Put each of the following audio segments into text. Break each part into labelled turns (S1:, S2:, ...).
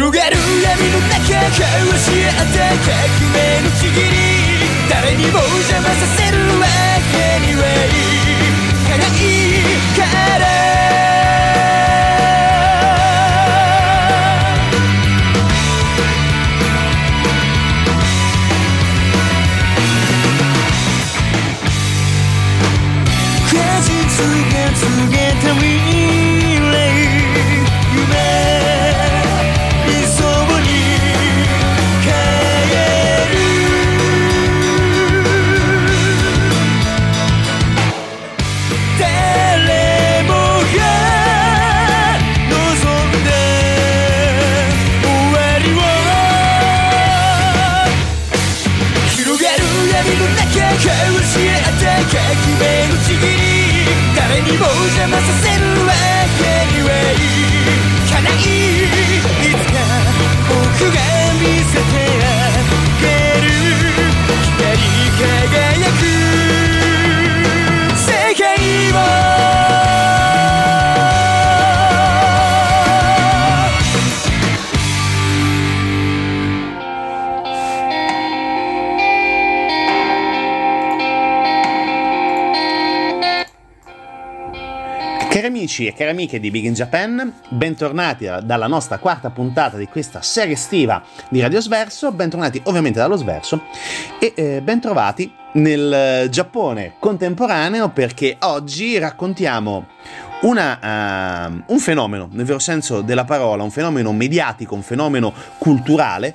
S1: 広がる闇の中交わし合った革命のちぎり誰にも邪魔させるわけにはいかないから告げた未来夢理想に変える誰もが望んだ終わりを広がる闇の中交わし合った革命のちぎり誰にも邪魔させるわけにはいかないいつか僕が見せてあげる光り輝く世界を
S2: Cari amici e cari amiche di Big in Japan, bentornati dalla nostra quarta puntata di questa serie estiva di Radio Sverso, bentornati ovviamente dallo Sverso e bentrovati nel Giappone contemporaneo, perché oggi raccontiamo un fenomeno, nel vero senso della parola, un fenomeno mediatico, un fenomeno culturale,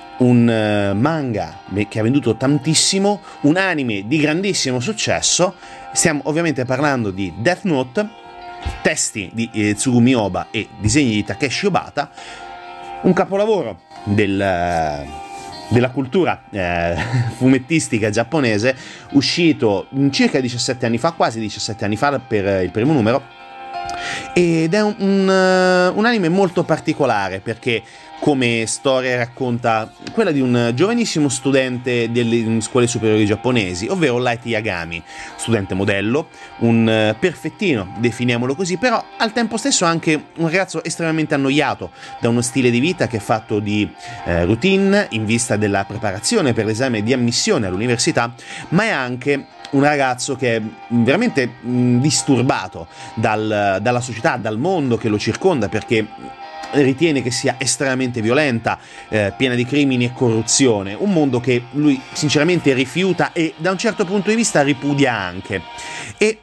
S2: un manga che ha venduto tantissimo, un anime di grandissimo successo. Stiamo ovviamente parlando di Death Note, testi di Tsugumi Ohba e disegni di Takeshi Obata, un capolavoro della cultura fumettistica giapponese, uscito circa 17 anni fa, quasi 17 anni fa per il primo numero, ed è un anime molto particolare perché come storia racconta quella di un giovanissimo studente delle scuole superiori giapponesi, ovvero Light Yagami, studente modello, un perfettino, definiamolo così, però al tempo stesso anche un ragazzo estremamente annoiato da uno stile di vita che è fatto di routine in vista della preparazione per l'esame di ammissione all'università, ma è anche un ragazzo che è veramente disturbato dalla società, dal mondo che lo circonda, perché ritiene che sia estremamente violenta, piena di crimini e corruzione, un mondo che lui sinceramente rifiuta e da un certo punto di vista ripudia anche. E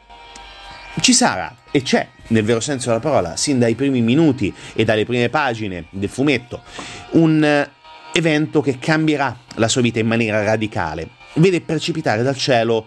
S2: ci sarà, e c'è nel vero senso della parola, sin dai primi minuti e dalle prime pagine del fumetto, un evento che cambierà la sua vita in maniera radicale. Vede precipitare dal cielo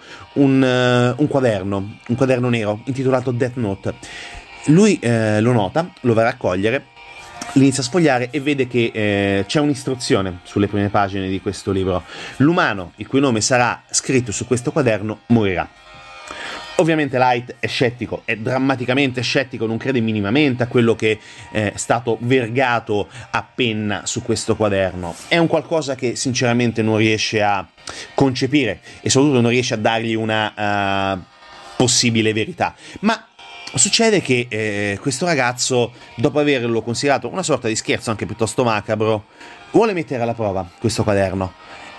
S2: un quaderno nero intitolato Death Note. Lui lo nota, lo va a raccogliere, inizia a sfogliare e vede che c'è un'istruzione sulle prime pagine di questo libro. L'umano il cui nome sarà scritto su questo quaderno morirà. Ovviamente Light è scettico, è drammaticamente scettico, non crede minimamente a quello che è stato vergato a penna su questo quaderno. È un qualcosa che sinceramente non riesce a concepire e soprattutto non riesce a dargli una possibile verità. Ma succede che questo ragazzo, dopo averlo considerato una sorta di scherzo anche piuttosto macabro, vuole mettere alla prova questo quaderno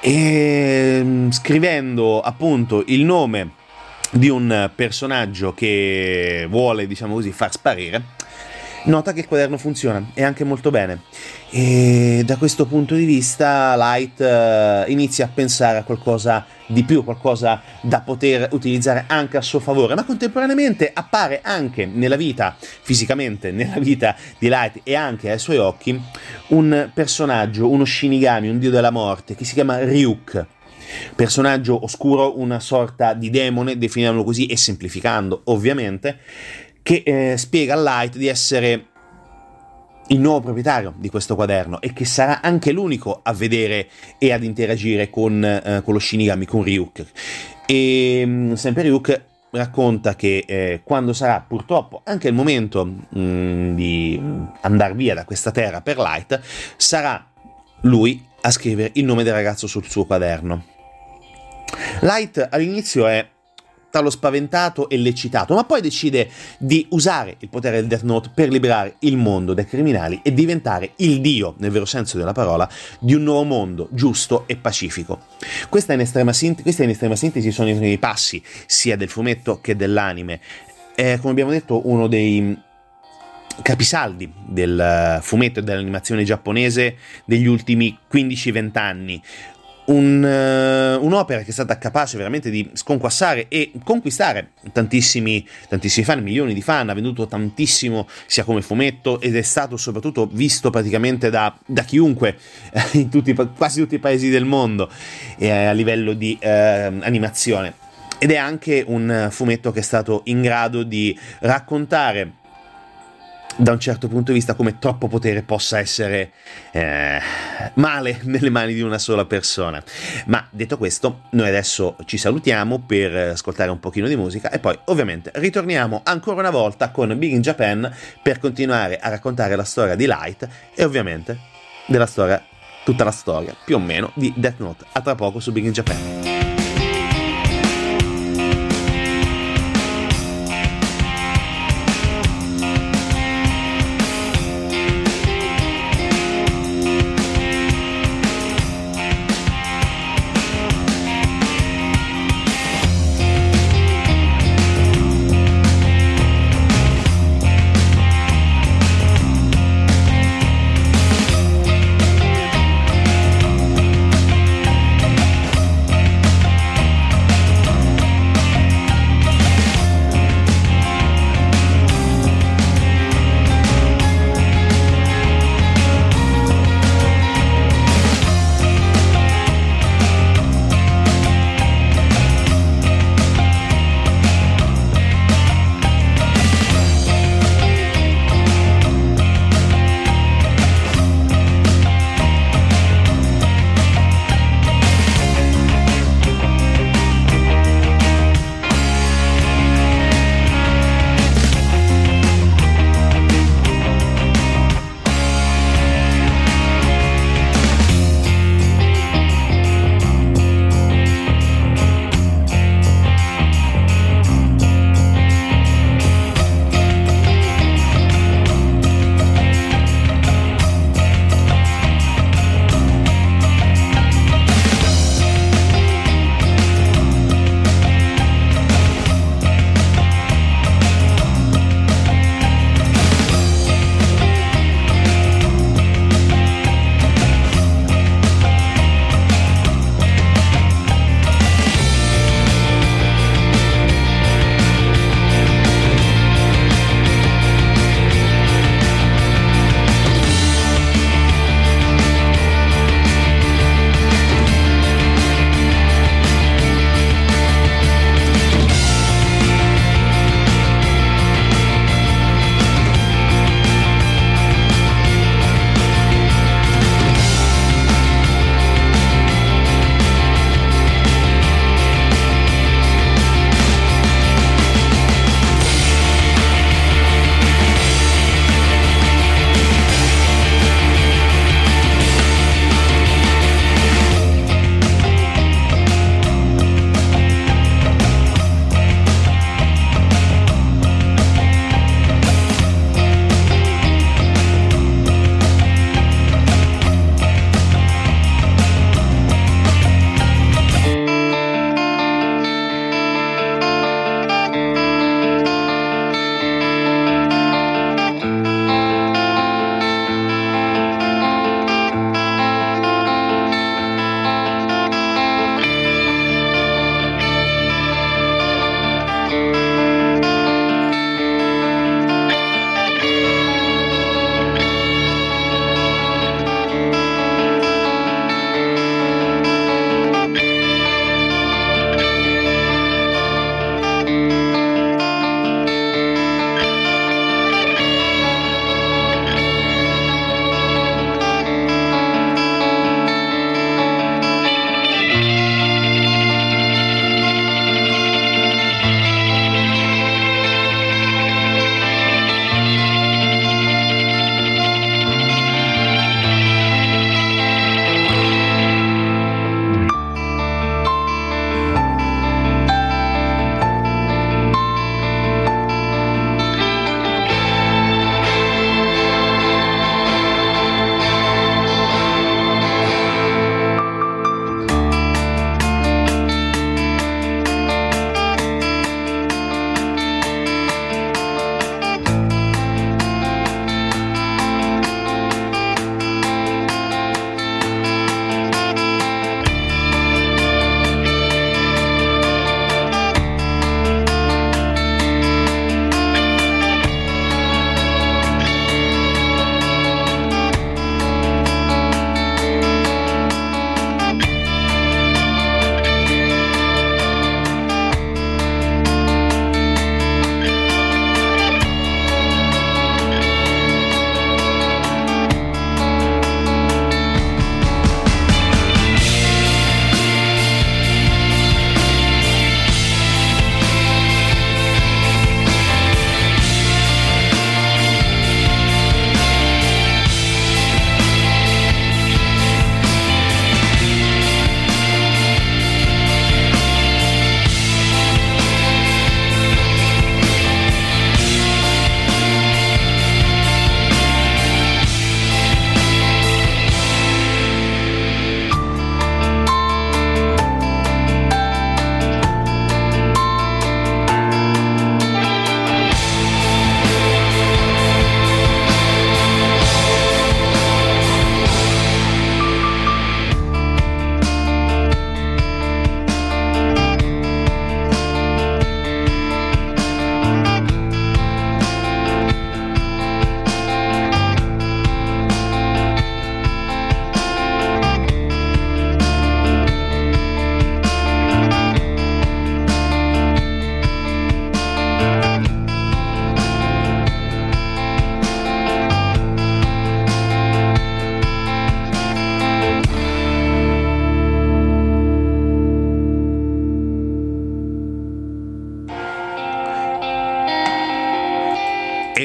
S2: e scrivendo appunto il nome di un personaggio che vuole, diciamo così, far sparire, nota che il quaderno funziona e anche molto bene, e da questo punto di vista Light inizia a pensare a qualcosa di più, qualcosa da poter utilizzare anche a suo favore, ma contemporaneamente appare anche nella vita, fisicamente nella vita di Light e anche ai suoi occhi, un personaggio, uno Shinigami, un dio della morte che si chiama Ryuk. Personaggio oscuro, una sorta di demone, definiamolo così e semplificando ovviamente, che spiega a Light di essere il nuovo proprietario di questo quaderno e che sarà anche l'unico a vedere e ad interagire con lo Shinigami, con Ryuk. E sempre Ryuk racconta che quando sarà purtroppo anche il momento di andare via da questa terra per Light, sarà lui a scrivere il nome del ragazzo sul suo quaderno. Light all'inizio è tra lo spaventato e l'eccitato, ma poi decide di usare il potere del Death Note per liberare il mondo dai criminali e diventare il dio, nel vero senso della parola, di un nuovo mondo giusto e pacifico. Questi in estrema sintesi sono i primi passi sia del fumetto che dell'anime. È, come abbiamo detto, uno dei capisaldi del fumetto e dell'animazione giapponese degli ultimi 15-20 anni. Un'opera che è stata capace veramente di sconquassare e conquistare tantissimi fan, milioni di fan, ha venduto tantissimo sia come fumetto ed è stato soprattutto visto praticamente da chiunque in quasi tutti i paesi del mondo a livello di animazione, ed è anche un fumetto che è stato in grado di raccontare da un certo punto di vista come troppo potere possa essere male nelle mani di una sola persona. Ma detto questo, noi adesso ci salutiamo per ascoltare un pochino di musica e poi ovviamente ritorniamo ancora una volta con Big in Japan per continuare a raccontare la storia di Light e ovviamente tutta la storia più o meno di Death Note. A tra poco su Big in Japan.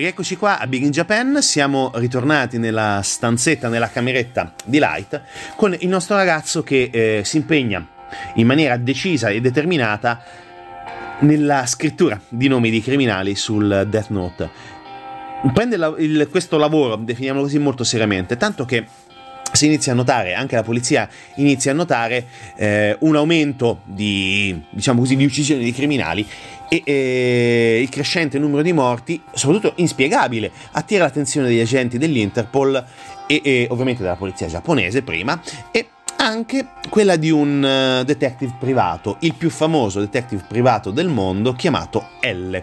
S2: rieccoci qua a Big in Japan, siamo ritornati nella stanzetta, nella cameretta di Light, con il nostro ragazzo che si impegna in maniera decisa e determinata nella scrittura di nomi di criminali sul Death Note. Prende questo lavoro, definiamolo così, molto seriamente, tanto che si inizia a notare, anche la polizia inizia a notare un aumento di, diciamo così, di uccisioni di criminali e il crescente numero di morti, soprattutto inspiegabile, attira l'attenzione degli agenti dell'Interpol e ovviamente della polizia giapponese prima, e anche quella di un detective privato, il più famoso detective privato del mondo, chiamato L.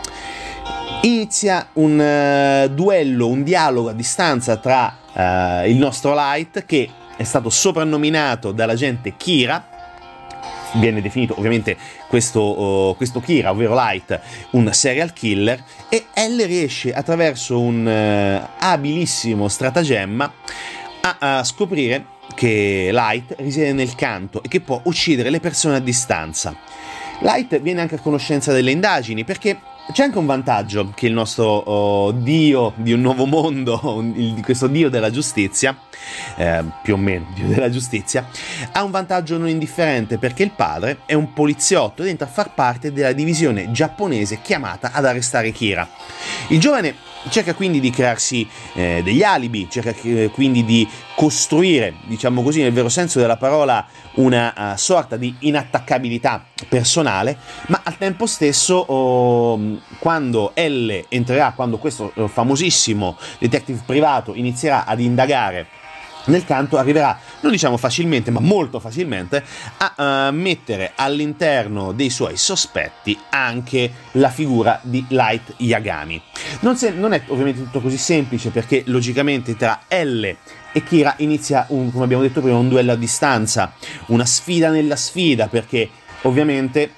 S2: Inizia un duello, un dialogo a distanza tra il nostro Light, che è stato soprannominato dall'agente Kira. Viene definito ovviamente questo Kira, ovvero Light, un serial killer, e L riesce attraverso un abilissimo stratagemma a scoprire che Light risiede nel canto e che può uccidere le persone a distanza. Light viene anche a conoscenza delle indagini, perché c'è anche un vantaggio che il nostro dio di un nuovo mondo, di questo dio della giustizia, più o meno dio della giustizia, ha un vantaggio non indifferente, perché il padre è un poliziotto ed entra a far parte della divisione giapponese chiamata ad arrestare Kira. Il giovane cerca quindi di crearsi degli alibi, cerca quindi di costruire, diciamo così, nel vero senso della parola, una sorta di inattaccabilità personale, ma al tempo stesso quando L entrerà, quando questo famosissimo detective privato inizierà ad indagare nel canto, arriverà, non diciamo facilmente, ma molto facilmente, a mettere all'interno dei suoi sospetti anche la figura di Light Yagami. Non è ovviamente tutto così semplice, perché logicamente tra L e Kira inizia, come abbiamo detto prima, un duello a distanza, una sfida nella sfida, perché ovviamente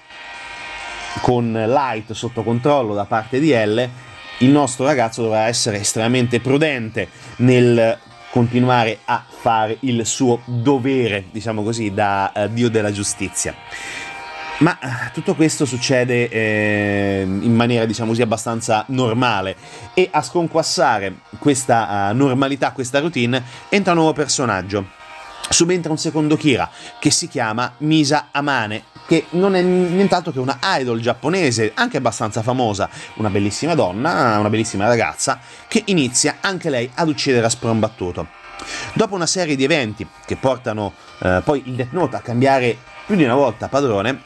S2: con Light sotto controllo da parte di L, il nostro ragazzo dovrà essere estremamente prudente nel continuare a fare il suo dovere, diciamo così, da dio della giustizia. Ma tutto questo succede in maniera, diciamo così, abbastanza normale, e a sconquassare questa normalità, questa routine, entra un nuovo personaggio. Subentra un secondo Kira, che si chiama Misa Amane, che non è nient'altro che una idol giapponese, anche abbastanza famosa, una bellissima donna, una bellissima ragazza, che inizia anche lei ad uccidere a sprombattuto. Dopo una serie di eventi che portano poi il Death Note a cambiare più di una volta padrone,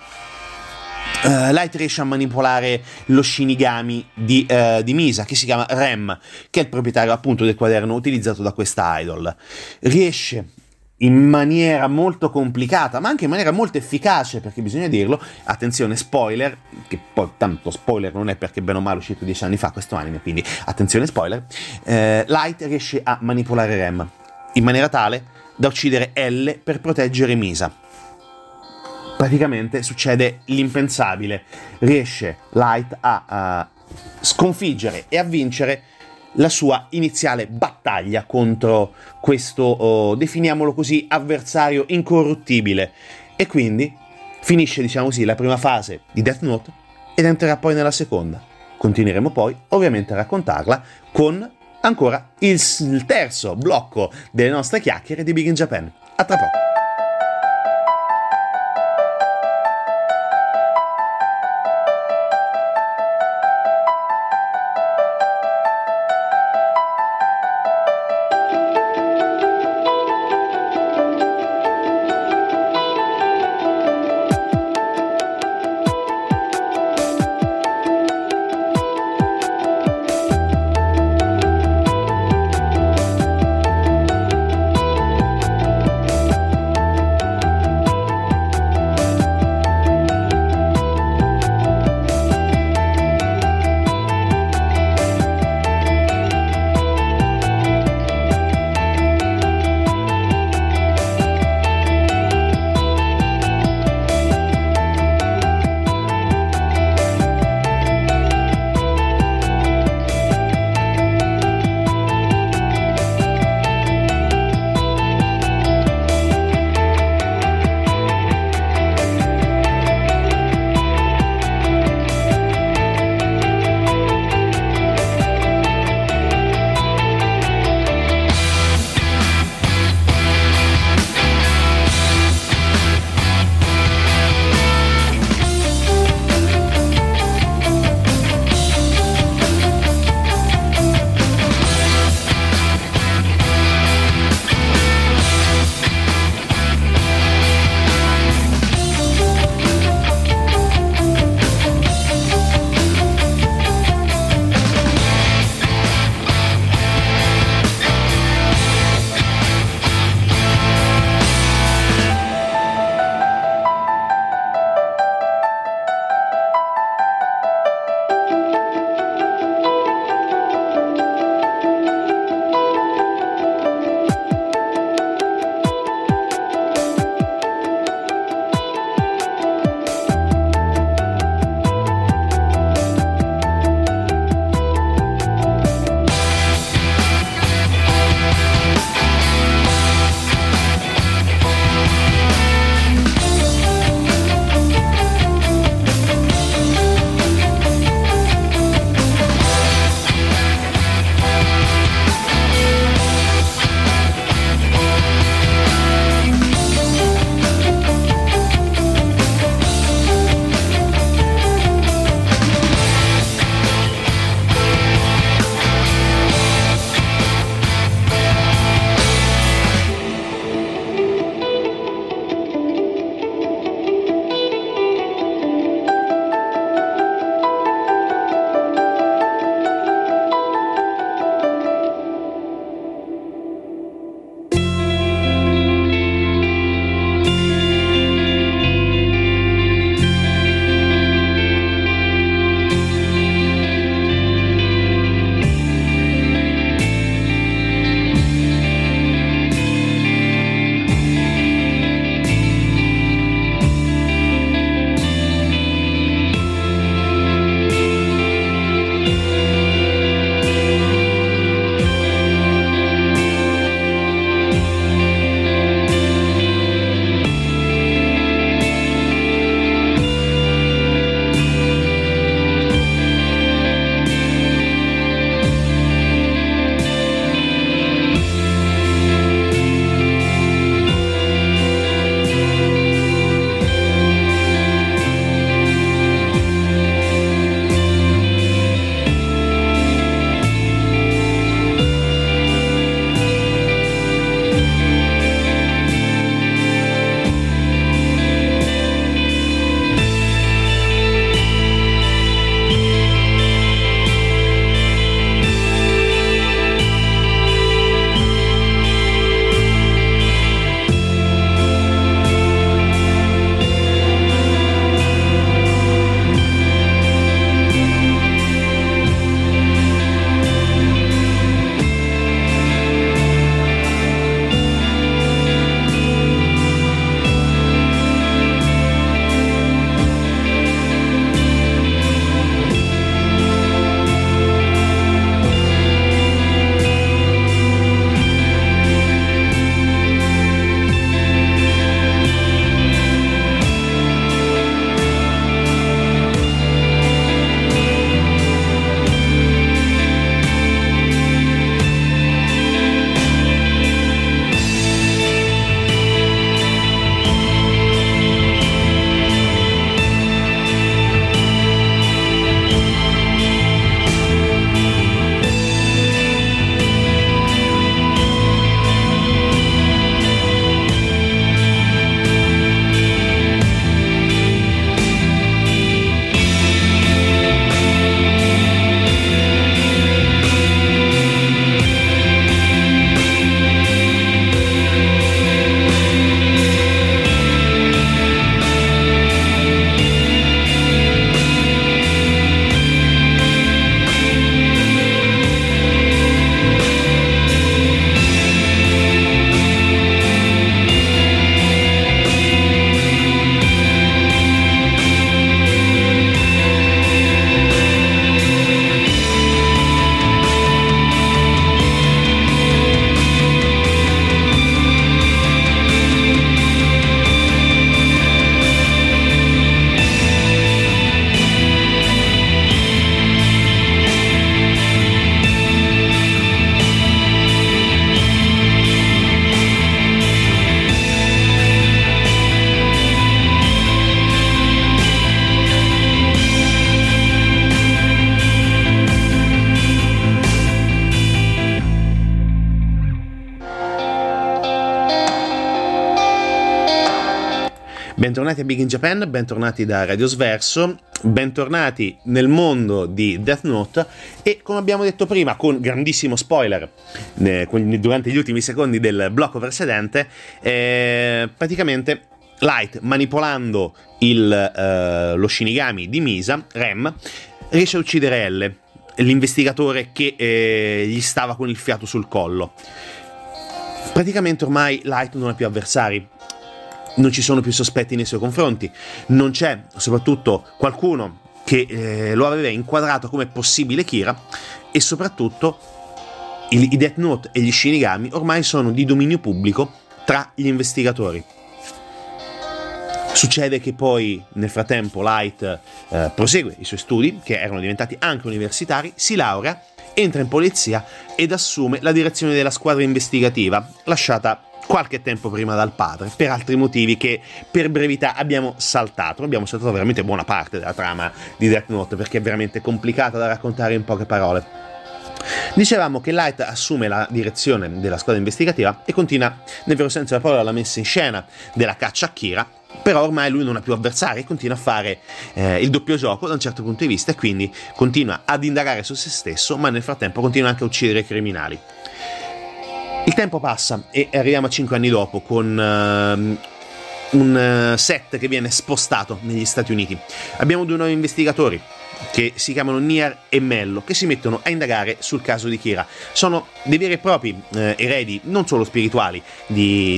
S2: Light riesce a manipolare lo Shinigami di Misa, che si chiama Rem, che è il proprietario appunto del quaderno utilizzato da questa idol. Riesce in maniera molto complicata, ma anche in maniera molto efficace, perché bisogna dirlo, attenzione spoiler, che poi tanto spoiler non è, perché bene o male è uscito 10 anni fa questo anime, quindi attenzione spoiler, Light riesce a manipolare Rem in maniera tale da uccidere L per proteggere Misa. Praticamente succede l'impensabile, riesce Light a sconfiggere e a vincere la sua iniziale battaglia contro questo, definiamolo così, avversario incorruttibile, e quindi finisce, diciamo così, la prima fase di Death Note ed entrerà poi nella seconda. Continueremo poi ovviamente a raccontarla con ancora il terzo blocco delle nostre chiacchiere di Big in Japan. A tra poco. Bentornati a Big in Japan, bentornati da Radio Sverso, bentornati nel mondo di Death Note e, come abbiamo detto prima, con grandissimo spoiler durante gli ultimi secondi del blocco precedente, praticamente Light, manipolando lo Shinigami di Misa, Rem, riesce a uccidere L, l'investigatore che gli stava con il fiato sul collo. Praticamente ormai Light non ha più avversari, non ci sono più sospetti nei suoi confronti, non c'è soprattutto qualcuno che lo aveva inquadrato come possibile Kira, e soprattutto i Death Note e gli Shinigami ormai sono di dominio pubblico tra gli investigatori. Succede che poi nel frattempo Light prosegue i suoi studi, che erano diventati anche universitari, si laurea, entra in polizia ed assume la direzione della squadra investigativa, lasciata qualche tempo prima dal padre, per altri motivi che per brevità abbiamo saltato veramente buona parte della trama di Death Note, perché è veramente complicata da raccontare in poche parole. Dicevamo che Light assume la direzione della squadra investigativa e continua nel vero senso della parola la messa in scena della caccia a Kira, però ormai lui non ha più avversari e continua a fare il doppio gioco da un certo punto di vista, e quindi continua ad indagare su se stesso, ma nel frattempo continua anche a uccidere i criminali. Il tempo passa e arriviamo a 5 anni dopo, con un set che viene spostato negli Stati Uniti. Abbiamo due nuovi investigatori che si chiamano Nier e Mello, che si mettono a indagare sul caso di Kira. Sono dei veri e propri eredi, non solo spirituali, di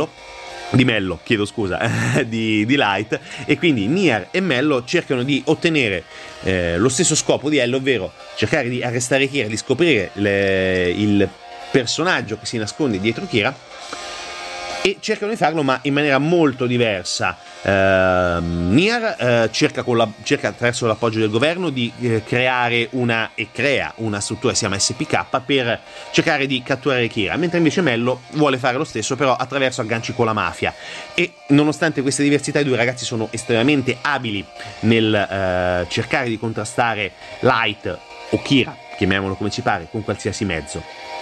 S2: Light, e quindi Nier e Mello cercano di ottenere lo stesso scopo di L, ovvero cercare di arrestare Kira, di scoprire il personaggio che si nasconde dietro Kira, e cercano di farlo ma in maniera molto diversa. Nier cerca attraverso l'appoggio del governo di crea una struttura che si chiama SPK per cercare di catturare Kira, mentre invece Mello vuole fare lo stesso, però attraverso agganci con la mafia. E nonostante queste diversità, i due ragazzi sono estremamente abili nel cercare di contrastare Light o Kira, chiamiamolo come ci pare, con qualsiasi mezzo.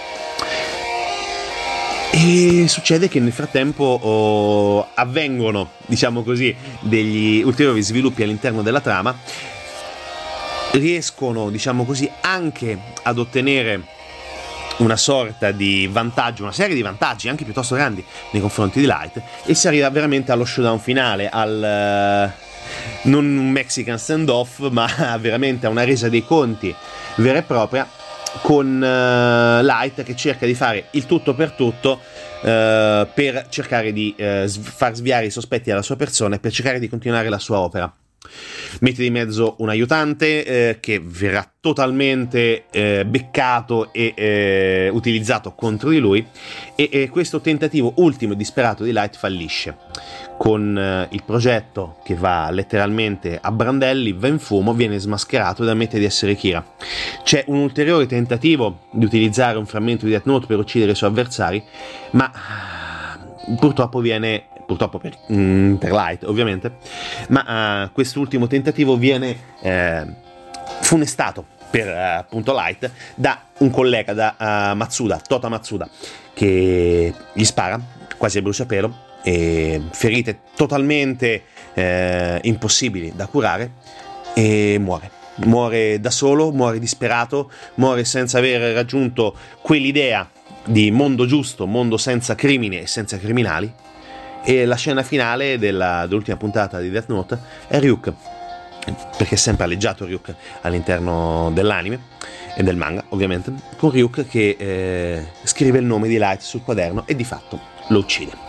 S2: E succede che nel frattempo avvengono, diciamo così, degli ulteriori sviluppi all'interno della trama. Riescono, diciamo così, anche ad ottenere una sorta di vantaggio, una serie di vantaggi anche piuttosto grandi nei confronti di Light, e si arriva veramente allo showdown finale, non un Mexican standoff, ma veramente a una resa dei conti vera e propria, con Light che cerca di fare il tutto per tutto per cercare di far sviare i sospetti alla sua persona e per cercare di continuare la sua opera. Mette di mezzo un aiutante che verrà totalmente beccato e utilizzato contro di lui, e questo tentativo ultimo e disperato di Light fallisce. Con il progetto che va letteralmente a brandelli, va in fumo, viene smascherato ed ammette di essere Kira. C'è un ulteriore tentativo di utilizzare un frammento di Death Note per uccidere i suoi avversari, ma purtroppo per Light ovviamente, ma quest'ultimo tentativo viene funestato per appunto Light da un collega, da Tota Matsuda, che gli spara quasi a bruciapelo, e ferite totalmente impossibili da curare, e muore da solo, muore disperato, muore senza aver raggiunto quell'idea di mondo giusto, mondo senza crimine e senza criminali. E la scena finale dell'ultima puntata di Death Note è Ryuk, perché è sempre alleggiato Ryuk all'interno dell'anime e del manga ovviamente, con Ryuk che scrive il nome di Light sul quaderno e di fatto lo uccide.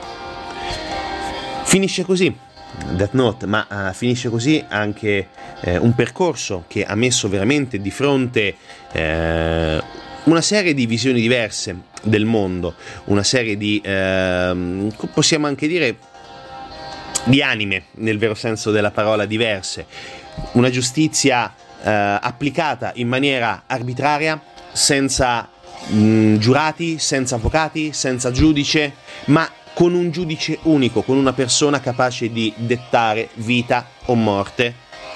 S2: Finisce così Death Note, ma finisce così anche un percorso che ha messo veramente di fronte una serie di visioni diverse del mondo, una serie di possiamo anche dire di anime nel vero senso della parola diverse, una giustizia applicata in maniera arbitraria, senza giurati, senza avvocati, senza giudice, ma con un giudice unico, con una persona capace di dettare vita o morte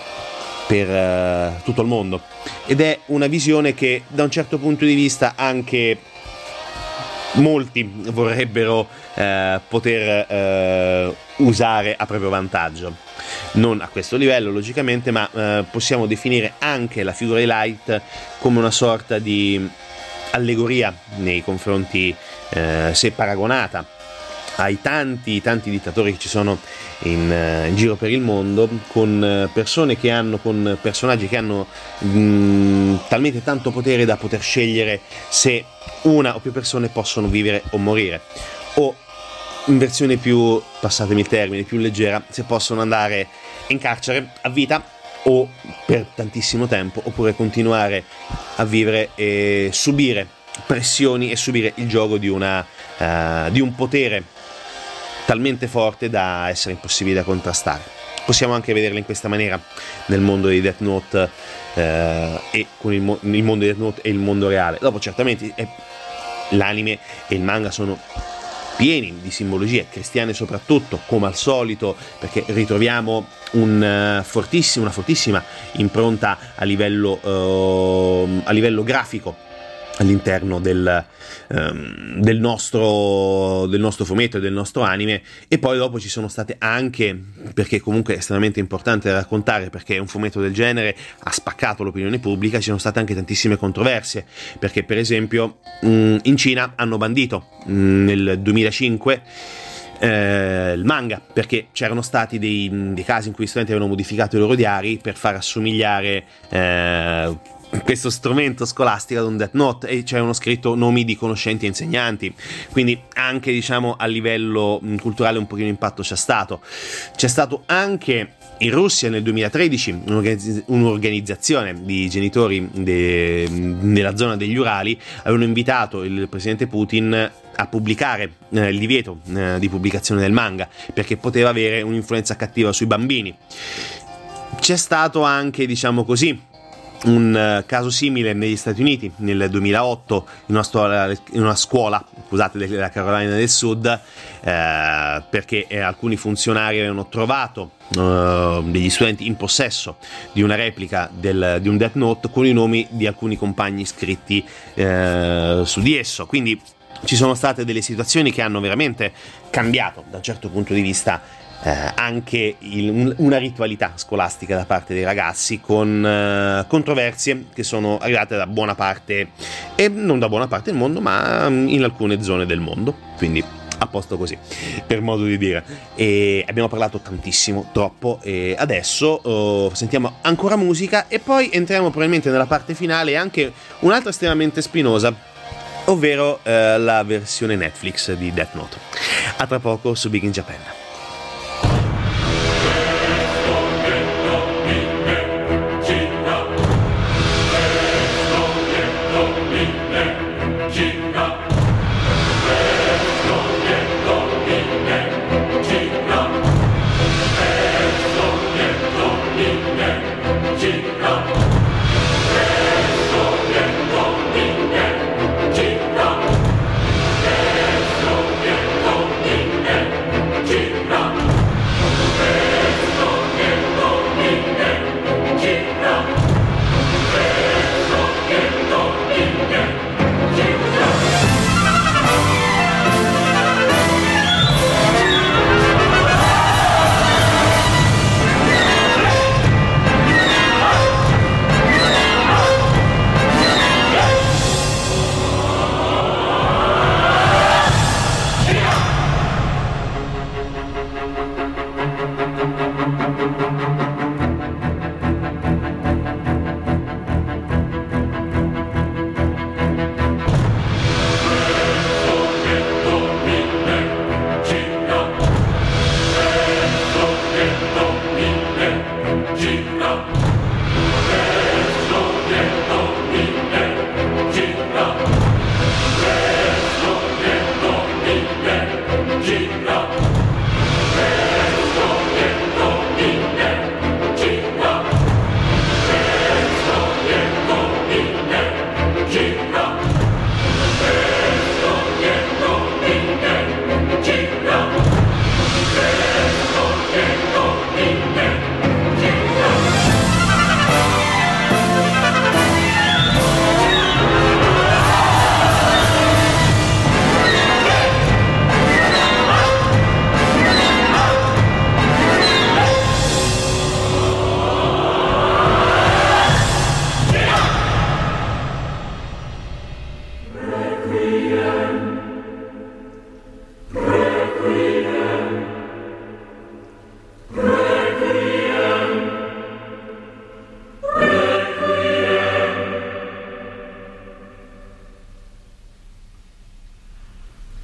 S2: per tutto il mondo. Ed è una visione che da un certo punto di vista anche molti vorrebbero poter usare a proprio vantaggio. Non a questo livello, logicamente, ma possiamo definire anche la figura di Light come una sorta di allegoria nei confronti, se paragonata ai tanti dittatori che ci sono in giro per il mondo, con personaggi che hanno talmente tanto potere da poter scegliere se una o più persone possono vivere o morire, o in versione più, passatemi il termine, più leggera, se possono andare in carcere a vita o per tantissimo tempo, oppure continuare a vivere e subire pressioni e subire il gioco di un potere talmente forte da essere impossibile da contrastare. Possiamo anche vederla in questa maniera nel mondo di Death Note, e con il mondo di Death Note e il mondo reale. Dopo certamente l'anime e il manga sono pieni di simbologie cristiane, soprattutto, come al solito, perché ritroviamo una fortissima impronta a livello grafico all'interno del nostro fumetto e del nostro anime. E poi dopo ci sono state anche, perché comunque è estremamente importante da raccontare, perché un fumetto del genere ha spaccato l'opinione pubblica, ci sono state anche tantissime controversie, perché per esempio in Cina hanno bandito nel 2005 il manga, perché c'erano stati dei casi in cui gli studenti avevano modificato i loro diari per far assomigliare questo strumento scolastico ad un Death Note, e c'erano scritto nomi di conoscenti e insegnanti, quindi anche, diciamo, a livello culturale un pochino impatto c'è stato anche in Russia nel 2013 un'organizzazione di genitori nella zona degli Urali avevano invitato il presidente Putin a pubblicare il divieto di pubblicazione del manga, perché poteva avere un'influenza cattiva sui bambini. C'è stato anche, diciamo così, un caso simile negli Stati Uniti nel 2008 in una scuola, scusate, della Carolina del Sud, perché alcuni funzionari avevano trovato degli studenti in possesso di una replica di un Death Note con i nomi di alcuni compagni scritti su di esso. Quindi ci sono state delle situazioni che hanno veramente cambiato da un certo punto di vista anche una ritualità scolastica da parte dei ragazzi, con controversie che sono arrivate da buona parte, e non da buona parte del mondo, ma in alcune zone del mondo, quindi a posto così, per modo di dire. E abbiamo parlato tantissimo, troppo, e adesso sentiamo ancora musica e poi entriamo probabilmente nella parte finale, anche un'altra estremamente spinosa, ovvero la versione Netflix di Death Note. A tra poco su Big in Japan.
S1: Yeah.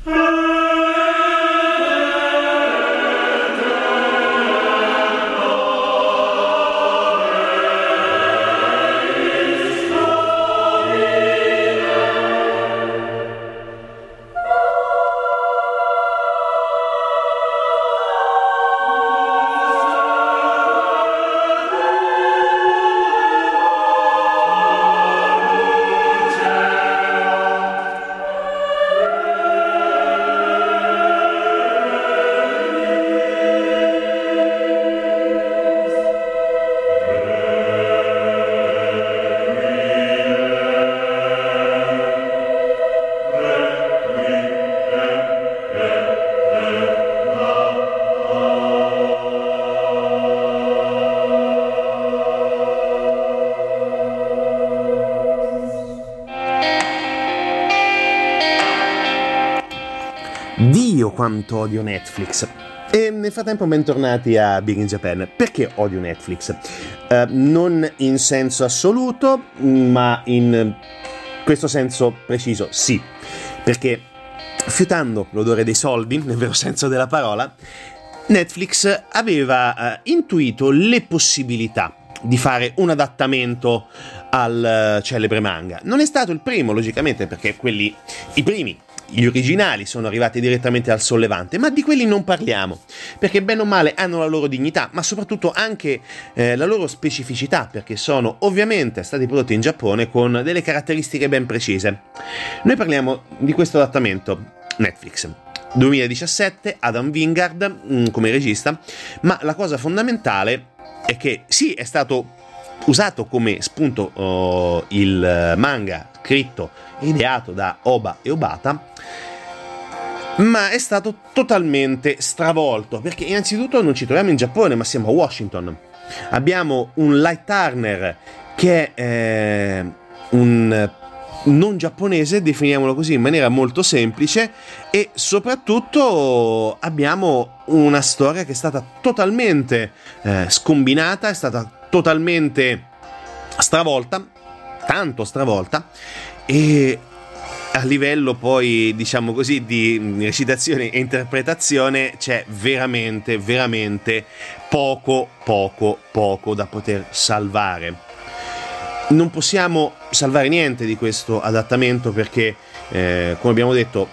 S2: Dio quanto odio Netflix. E nel frattempo bentornati a Big in Japan. Perché odio Netflix? Non in senso assoluto, ma in questo senso preciso, sì. Perché fiutando l'odore dei soldi, nel vero senso della parola, Netflix aveva intuito le possibilità di fare un adattamento al celebre manga. Non è stato il primo, logicamente, perché i primi, gli originali, sono arrivati direttamente dal Sollevante, ma di quelli non parliamo, perché bene o male hanno la loro dignità, ma soprattutto anche la loro specificità, perché sono ovviamente stati prodotti in Giappone con delle caratteristiche ben precise. Noi parliamo di questo adattamento Netflix. 2017, Adam Wingard come regista, ma la cosa fondamentale è che sì, è stato usato come spunto il manga scritto e ideato da Oba e Obata, ma è stato totalmente stravolto, perché innanzitutto non ci troviamo in Giappone, ma siamo a Washington. Abbiamo un Light Turner che è un non giapponese, definiamolo così in maniera molto semplice, e soprattutto abbiamo una storia che è stata totalmente scombinata, è stata totalmente stravolta, tanto stravolta, e a livello poi, diciamo così, di recitazione e interpretazione c'è veramente poco da poter salvare. Non possiamo salvare niente di questo adattamento perché, come abbiamo detto,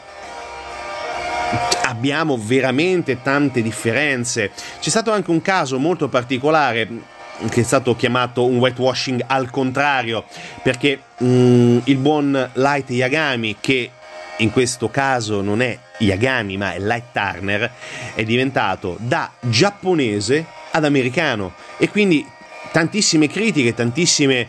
S2: abbiamo veramente tante differenze. C'è stato anche un caso molto particolare che è stato chiamato un whitewashing al contrario, perché il buon Light Yagami, che in questo caso non è Yagami ma è Light Turner, è diventato da giapponese ad americano, e quindi tantissime critiche, tantissime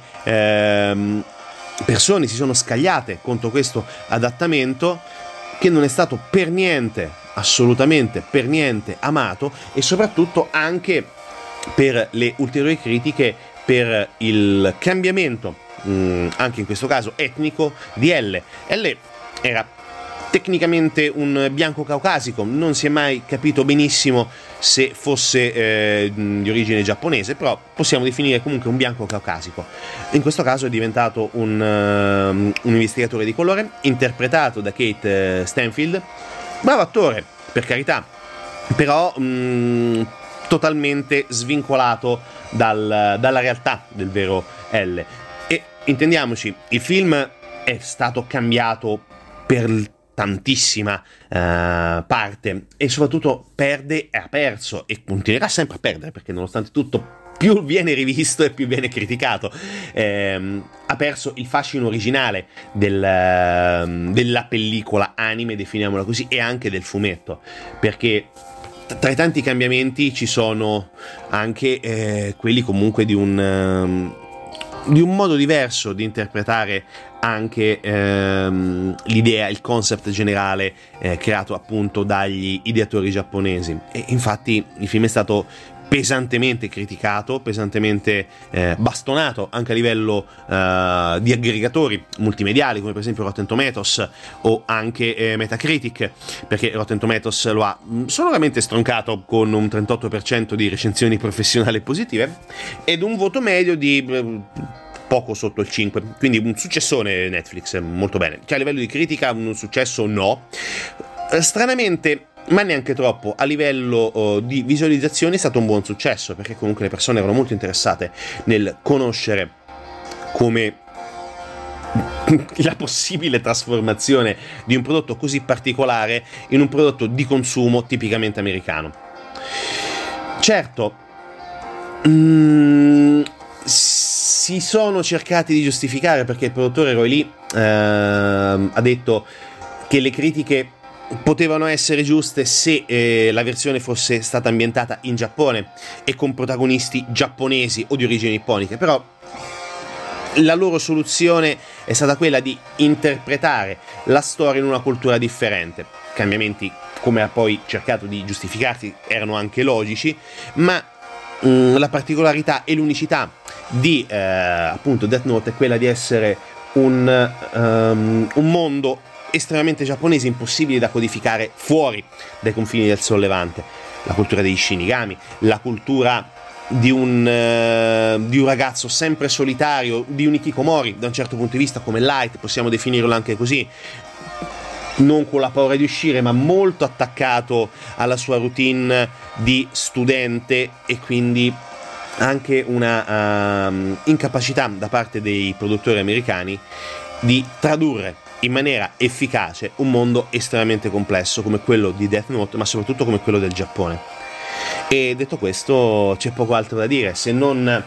S2: persone si sono scagliate contro questo adattamento, che non è stato per niente, assolutamente per niente amato, e soprattutto anche per le ulteriori critiche per il cambiamento, anche in questo caso etnico, di L. L era tecnicamente un bianco caucasico, non si è mai capito benissimo se fosse di origine giapponese, però possiamo definire comunque un bianco caucasico. In questo caso è diventato un investigatore di colore, interpretato da Kate Stanfield, bravo attore, per carità, però totalmente svincolato dalla realtà del vero L. E intendiamoci, il film è stato cambiato per tantissima parte, e soprattutto ha perso e continuerà sempre a perdere, perché nonostante tutto più viene rivisto e più viene criticato, ha perso il fascino originale della pellicola anime, definiamola così, e anche del fumetto, perché tra i tanti cambiamenti ci sono anche quelli comunque di un modo diverso di interpretare anche l'idea, il concept generale creato appunto dagli ideatori giapponesi. E infatti il film è stato pesantemente criticato, pesantemente bastonato anche a livello di aggregatori multimediali come per esempio Rotten Tomatoes o anche Metacritic, perché Rotten Tomatoes lo ha sonoramente stroncato con un 38% di recensioni professionali positive ed un voto medio di poco sotto il 5, quindi un successone Netflix, molto bene. Cioè a livello di critica un successo no. Stranamente, ma neanche troppo, a livello di visualizzazione è stato un buon successo, perché comunque le persone erano molto interessate nel conoscere come la possibile trasformazione di un prodotto così particolare in un prodotto di consumo tipicamente americano. Certo, si sono cercati di giustificare, perché il produttore Roy Lee ha detto che le critiche potevano essere giuste se la versione fosse stata ambientata in Giappone e con protagonisti giapponesi o di origini nipponiche, però la loro soluzione è stata quella di interpretare la storia in una cultura differente. Cambiamenti, come ha poi cercato di giustificarsi, erano anche logici, ma la particolarità e l'unicità di appunto Death Note è quella di essere un mondo estremamente giapponese, impossibile da codificare fuori dai confini del Sol Levante. La cultura degli Shinigami, la cultura di un ragazzo sempre solitario, di un hikikomori da un certo punto di vista, come Light, possiamo definirlo anche così, non con la paura di uscire, ma molto attaccato alla sua routine di studente, e quindi anche una incapacità da parte dei produttori americani di tradurre in maniera efficace un mondo estremamente complesso come quello di Death Note, ma soprattutto come quello del Giappone. E detto questo, c'è poco altro da dire, se non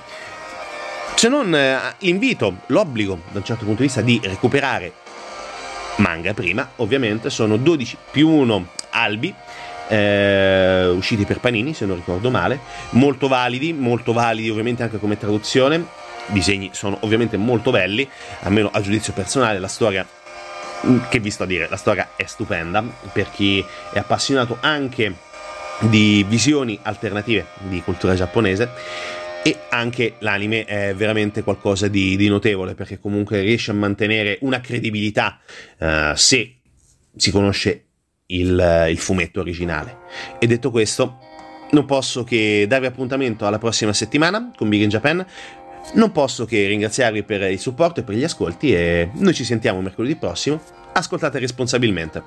S2: l'invito, l'obbligo da un certo punto di vista di recuperare manga prima. Ovviamente sono 12 più 1 albi usciti per Panini, se non ricordo male, molto validi ovviamente anche come traduzione. I disegni sono ovviamente molto belli, almeno a giudizio personale. La storia, che vi sto a dire, la storia è stupenda per chi è appassionato anche di visioni alternative di cultura giapponese, e anche l'anime è veramente qualcosa di notevole, perché comunque riesce a mantenere una credibilità se si conosce il fumetto originale. E detto questo, non posso che darvi appuntamento alla prossima settimana con Big in Japan. Non posso che ringraziarvi per il supporto e per gli ascolti, e noi ci sentiamo mercoledì prossimo. Ascoltate responsabilmente.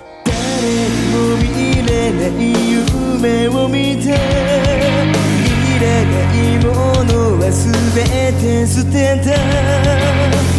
S1: 夢を見ていらないものは全て捨てた